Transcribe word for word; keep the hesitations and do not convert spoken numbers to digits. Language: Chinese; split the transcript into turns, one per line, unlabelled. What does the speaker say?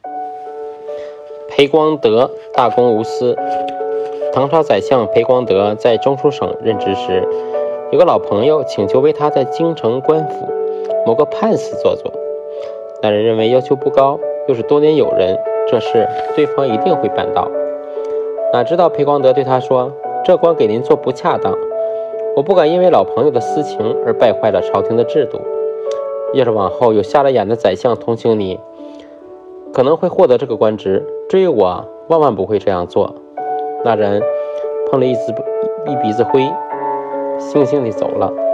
裴光德大公无私。唐朝宰相裴光德在中书省任职时，有个老朋友请求为他在京城官府某个判司做做。那人认为要求不高，又是多年友人，这事对方一定会办到。哪知道裴光德对他说：“这官给您做不恰当，我不敢因为老朋友的私情而败坏了朝廷的制度。要是往后有瞎了眼的宰相同情你，可能会获得这个官职，至于我，万万不会这样做。”那人碰了一鼻一鼻子灰，悻悻地走了。